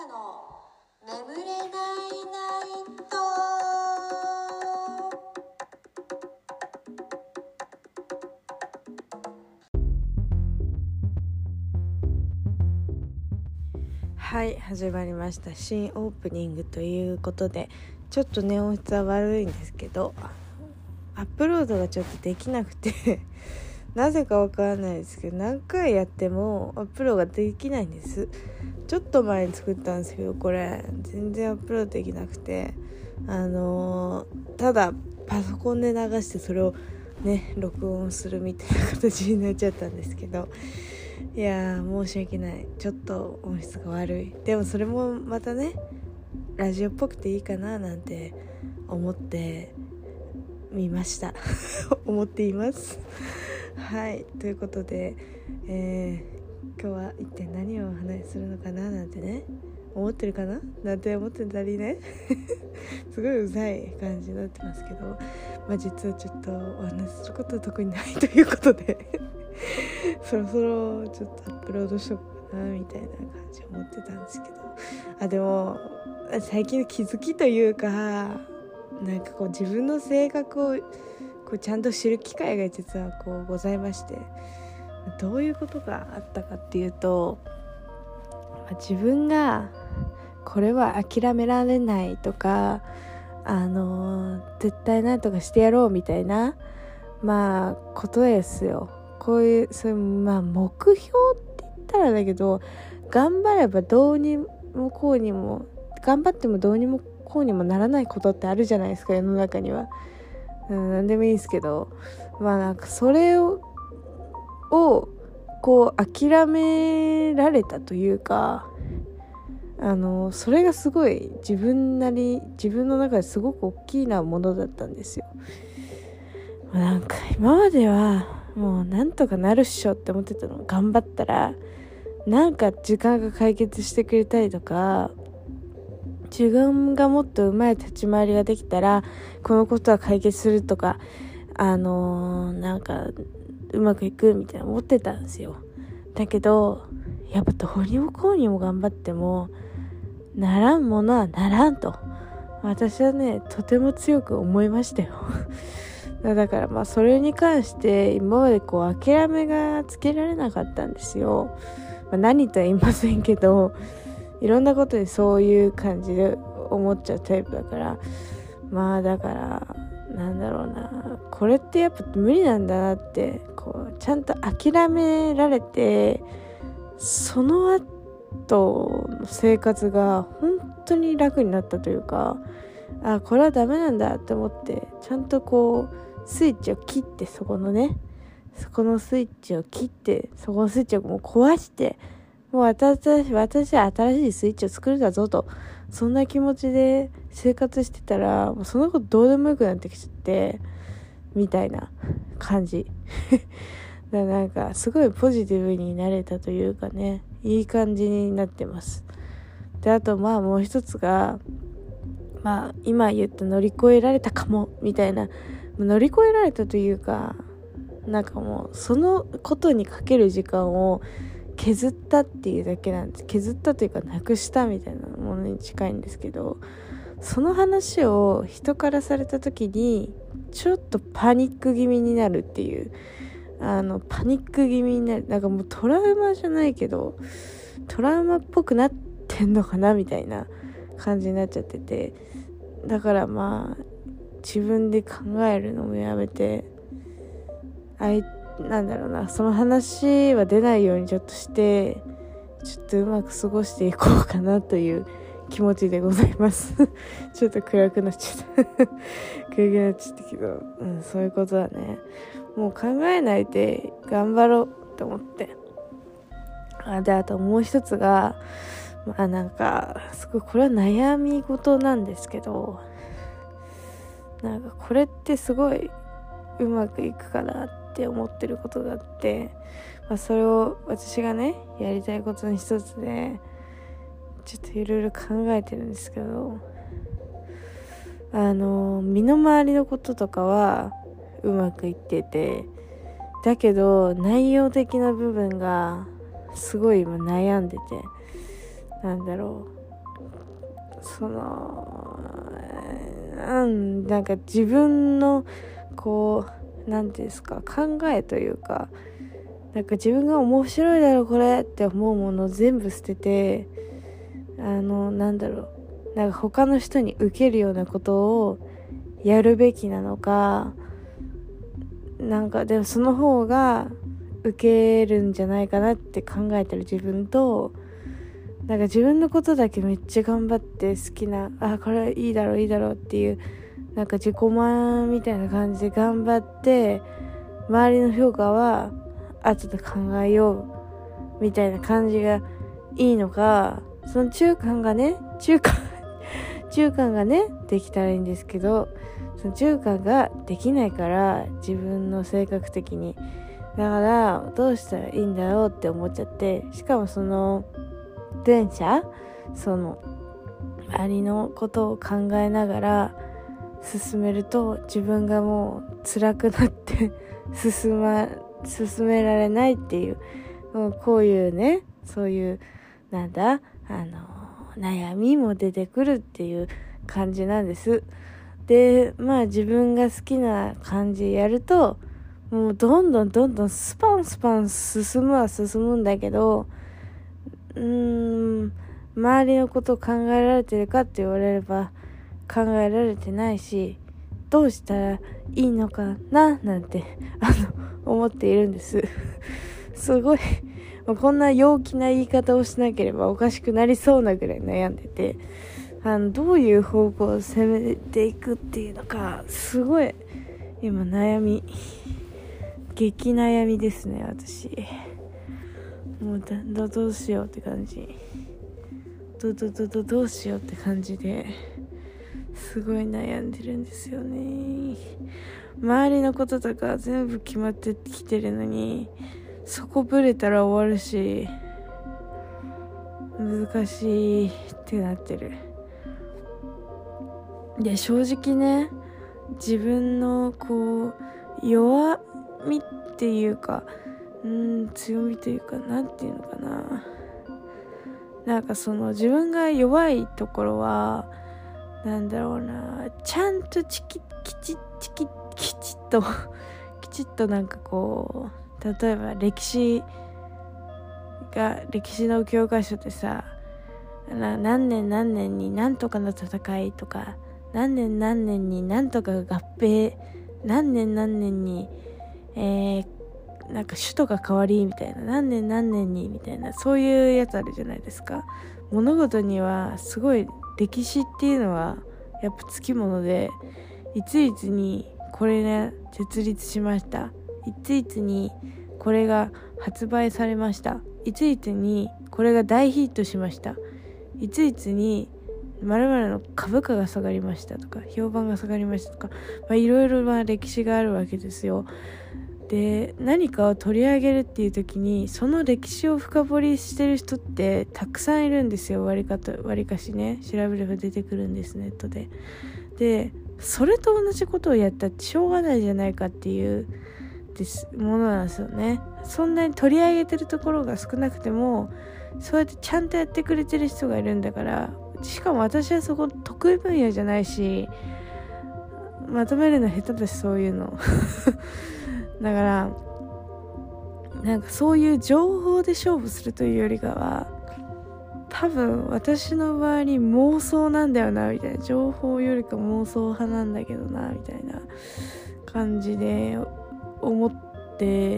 の眠れないナイト。 はい、始まりました。新オープニングということで、ちょっとね音質は悪いんですけど、アップロードがちょっとできなくてなぜかわからないですけど、何回やってもアップロードができないんです。ちょっと前に作ったんですけど、これ全然アップロードできなくて、ただパソコンで流してそれをね録音するみたいな形になっちゃったんですけど、いや申し訳ない。ちょっと音質が悪い。でもそれもまたねラジオっぽくていいかななんて思ってみました思っていますはい、ということで、今日は一体何をお話しするのかななんてね思ってるかななんて思ってたりねすごいうざい感じになってますけど、実はちょっとお話しすることは特にないということでそろそろちょっとアップロードしとこうかなみたいな感じ思ってたんですけど、でも最近の気づきというか、なんかこう自分の性格をこうちゃんと知る機会が実はこうございまして、どういうことがあったかっていうと、自分がこれは諦められないとか、絶対なんとかしてやろうみたいなことですよ。こういうそういう目標って言ったらだけど、頑張ればどうにもこうにも、頑張ってもどうにもこうにもならないことってあるじゃないですか、世の中には。何でもいいんですけど、なんかそれをこう諦められたというか、それがすごい自分の中ですごく大きなものだったんですよ。なんか今まではもうなんとかなるっしょって思ってたの。頑張ったらなんか時間が解決してくれたりとか、自分がもっと上手い立ち回りができたらこのことは解決するとか、なんかうまくいくみたいな思ってたんですよ。だけどやっぱどうにもこうにも頑張ってもならんものはならんと、私はねとても強く思いましたよだからそれに関して今までこう諦めがつけられなかったんですよ。何とは言いませんけど、いろんなことでそういう感じで思っちゃうタイプだから、だからなんだろうな、これってやっぱ無理なんだなって、こうちゃんと諦められて、その後の生活が本当に楽になったというか、これはダメなんだって思って、ちゃんとこうスイッチを切って、そこのスイッチを切って、そこのスイッチをもう壊して、もう私は新しいスイッチを作るんだぞと、そんな気持ちで生活してたら、もうそのことどうでもよくなってきちゃってみたいな感じだからなんかすごいポジティブになれたというかね、いい感じになってます。で、あともう一つが、今言った乗り越えられたかもみたいな、乗り越えられたというか、なんかもうそのことにかける時間を削ったっていうだけなんです。削ったというかなくしたみたいなものに近いんですけど、その話を人からされた時にちょっとパニック気味になるっていう、パニック気味になる、なんかもうトラウマじゃないけどトラウマっぽくなってんのかなみたいな感じになっちゃってて、だから自分で考えるのもやめて、なんだろうな、その話は出ないようにちょっとしてちょっとうまく過ごしていこうかなという気持ちでございますちょっと暗くなっちゃった暗くなっちゃったけど、そういうことだね。もう考えないで頑張ろうと思って。で、あともう一つがなんかすごいこれは悩み事なんですけど、なんかこれってすごいうまくいくかなって思ってることがあって、それを私がねやりたいことの一つでちょっといろいろ考えてるんですけど、身の回りのこととかはうまくいってて、だけど内容的な部分がすごい今悩んでて、なんだろそのなんか自分のこうなんていうんですか、考えというか、なんか自分が面白いだろこれって思うものを全部捨てて、なんだろう、なんか他の人に受けるようなことをやるべきなのか、なんかでもその方が受けるんじゃないかなって考えてる自分と、なんか自分のことだけめっちゃ頑張って好きな、これいいだろういいだろうっていう、なんか自己満みたいな感じで頑張って、周りの評価は後で考えようみたいな感じがいいのか、その中間がねできたらいいんですけど、その中間ができないから、自分の性格的にだからどうしたらいいんだろうって思っちゃって、しかもその前者、その周りのことを考えながら進めると、自分がもう辛くなって進められないっていう、こういうね、そういう悩みも出てくるっていう感じなんです。で、自分が好きな感じやると、もうどんどんスパン進むんだけど、周りのことを考えられてるかって言われれば考えられてないし、どうしたらいいのかななんて思っているんですすごいこんな陽気な言い方をしなければおかしくなりそうなぐらい悩んでて、どういう方向を攻めていくっていうのか、すごい今激悩みですね。私もうどうしようって感じ、どうしようって感じですごい悩んでるんですよね。周りのこととか全部決まってきてるのに、そこブレたら終わるし、難しいってなってる。で、正直ね、自分のこう弱みっていうか、強みというか、なんていうのかな、なんかその自分が弱いところは、なんだろうな、ちゃんときちっとなんかこう、例えば歴史の教科書でさ、何年に何とかの戦いとか、何年に何とかが合併、何年になんか首都が変わりみたいな、何年にみたいな、そういうやつあるじゃないですか。物事にはすごい歴史っていうのはやっぱつきもので、いつにこれね設立しました、いつにこれが発売されました、いつにこれが大ヒットしました、いつに〇〇の株価が下がりましたとか、評判が下がりましたとか、いろいろ歴史があるわけですよ。で、何かを取り上げるっていう時に、その歴史を深掘りしてる人ってたくさんいるんですよ。わりかしね、調べれば出てくるんです、ネットで。で、それと同じことをやったってしょうがないじゃないかっていうものなんですよね。そんなに取り上げてるところが少なくても、そうやってちゃんとやってくれてる人がいるんだから、しかも私はそこ得意分野じゃないし、まとめるの下手だし、そういうのだからなんかそういう情報で勝負するというよりかは、多分私の場合に妄想なんだよなみたいな、情報よりか妄想派なんだけどなみたいな感じで思って、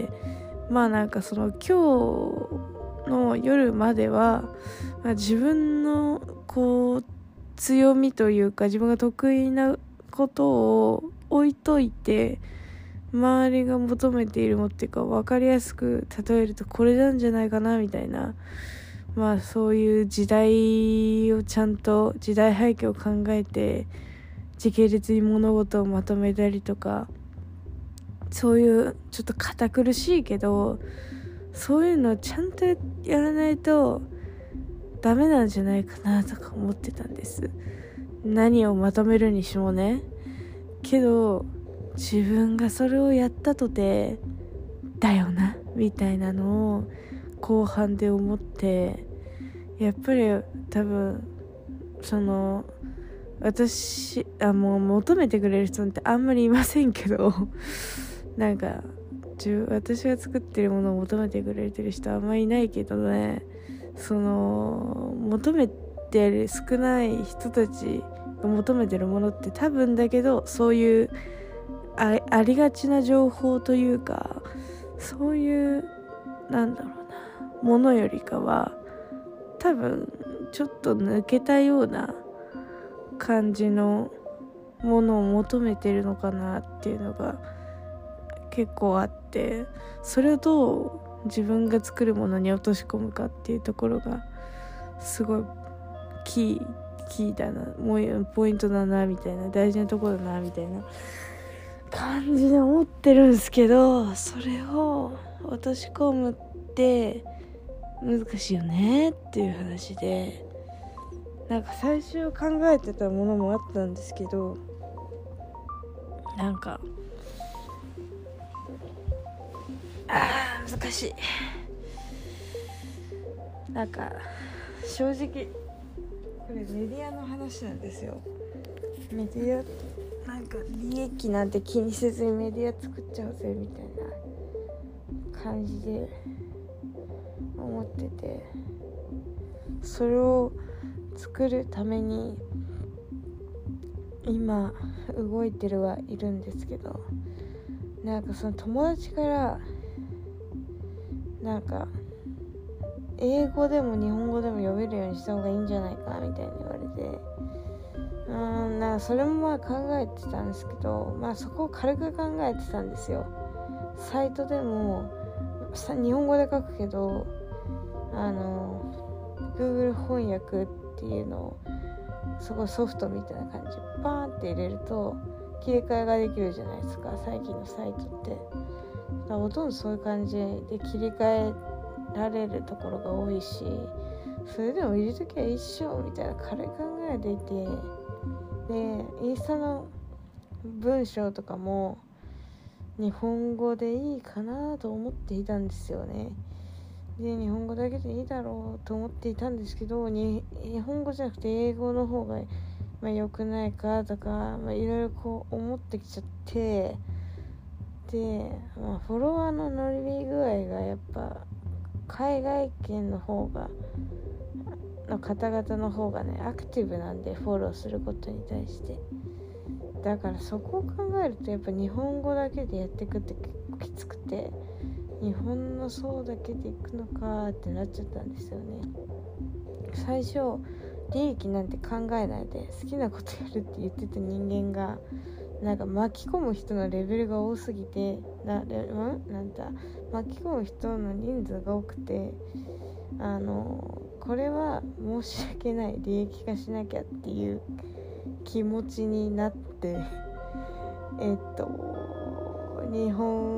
なんかその今日の夜までは、自分のこう強みというか、自分が得意なことを置いといて、周りが求めているものっていうか、分かりやすく例えるとこれなんじゃないかなみたいな、そういう時代をちゃんと時代背景を考えて時系列に物事をまとめたりとか、そういうちょっと堅苦しいけど、そういうのをちゃんとやらないとダメなんじゃないかなとか思ってたんです。何をまとめるにしてもね。けど自分がそれをやったとてだよなみたいなのを後半で思って、やっぱり多分もう求めてくれる人ってあんまりいませんけどなんか私が作ってるものを求めてくれてる人はあんまりいないけどね、求めてる少ない人たちが求めてるものって多分だけど、そういうありがちな情報というか、そういうものよりかは多分ちょっと抜けたような感じのものを求めてるのかなっていうのが結構あって、それをどう自分が作るものに落とし込むかっていうところがすごいキーだな、もうポイントだなみたいな、大事なところだなみたいな感じで思ってるんですけど、それを落とし込むって難しいよねっていう話で、なんか最初考えてたものもあったんですけど、なんか難しい。なんか正直これメディアの話なんですよ。メディアなんか利益なんて気にせずにメディア作っちゃうぜみたいな感じで思ってて、それを作るために今動いてはいるんですけど、なんかその友達からなんか英語でも日本語でも読めるようにした方がいいんじゃないかみたいに言われて、なんかそれもまあ考えてたんですけど、まあそこを軽く考えてたんですよ。サイトでも日本語で書くけどGoogle 翻訳っていうのをすごいソフトみたいな感じでバーンって入れると切り替えができるじゃないですか、最近のサイトって。だからほとんどそういう感じで切り替えられるところが多いし、それでも入れときゃ一緒みたいな軽い考えでいて、でインスタの文章とかも日本語でいいかなと思っていたんですよね。で日本語だけでいいだろうと思っていたんですけど、日本語じゃなくて英語の方が良くないかとか、いろいろこう思ってきちゃって、で、フォロワーの乗り具合がやっぱ海外圏の方がの方々の方がねアクティブなんで、フォローすることに対して。だからそこを考えるとやっぱ日本語だけでやっていくって結構きつくて、日本の層だけでいくのかってなっちゃったんですよね。最初利益なんて考えないで好きなことやるって言ってた人間がなんか巻き込む人のレベルが多すぎて巻き込む人の人数が多くて、これは申し訳ない、利益化しなきゃっていう気持ちになって日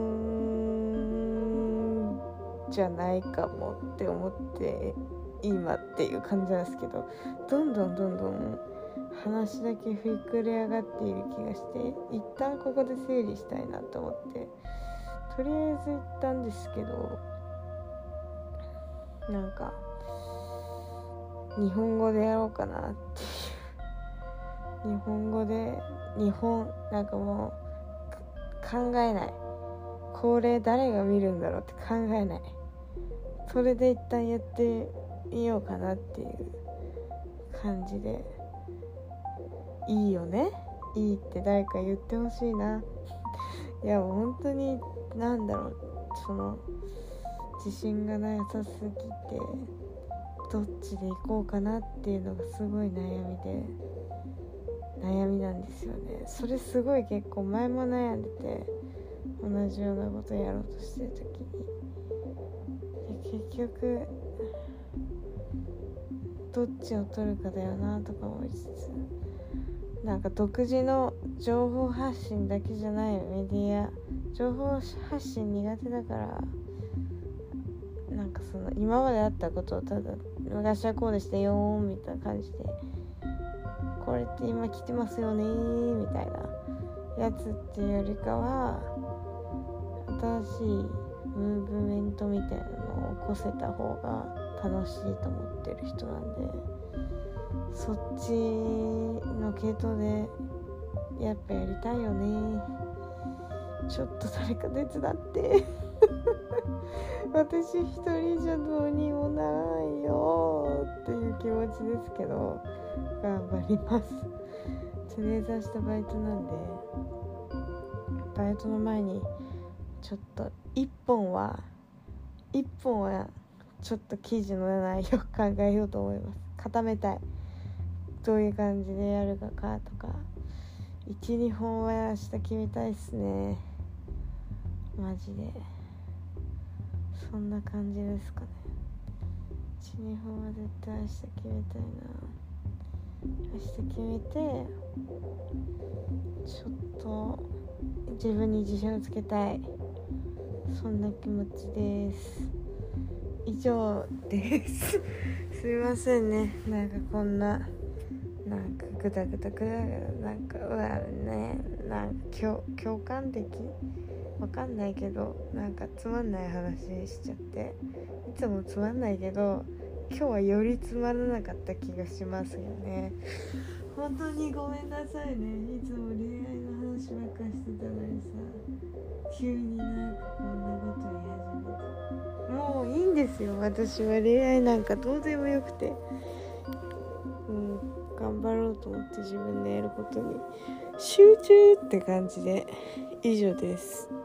本じゃないかもって思って今っていう感じなんですけど、どんどん話だけ膨れ上がっている気がして、一旦ここで整理したいなと思ってとりあえず言ったんですけど、なんか日本語でやろうかなっていう、日本語でなんかもう考えない、これ誰が見るんだろうって考えない、それで一旦やってみようかなっていう感じで、いいよね、いいって誰か言ってほしいな。いやもう本当に自信がなさすぎてどっちで行こうかなっていうのがすごい悩みなんですよね。それすごい結構前も悩んでて、同じようなことやろうとしてる時に、で結局どっちを取るかだよなとか思いつつ、なんか独自の情報発信だけじゃないメディア、情報発信苦手だから、なんか今まであったことをただ昔はこうでしたよみたいな感じで、これって今来てますよねみたいなやつっていうよりかは、新しいムーブメントみたいなのを起こせた方が楽しいと思ってる人なんで、 そっちの系統でやっぱやりたいよね。ちょっと誰か手伝って私一人じゃどうにもならないよっていう気持ちですけど、頑張ります。トゥネーザーしたバイトなんで、バイトの前にちょっと一本はちょっと記事の内容考えようと思います。固めたい。どういう感じでやるかとか 1,2 本は明日決めたいっすね。マジでそんな感じですかね。 1,2 本は絶対明日決めたいな。明日決めてちょっと自分に自信をつけたい、そんな気持ちです。以上ですすいませんね、なんかこんななんかグダグダなんかね、なんか共感できわかんないけど、なんかつまんない話しちゃって、いつもつまんないけど今日はよりつまらなかった気がしますよね。本当にごめんなさいね。いつも恋愛の話ばっかしてたのにさ、急になんかこんなこと言い始めて、もういいんですよ。私は恋愛なんかどうでもよくて、頑張ろうと思って自分でやることに集中って感じで、以上です。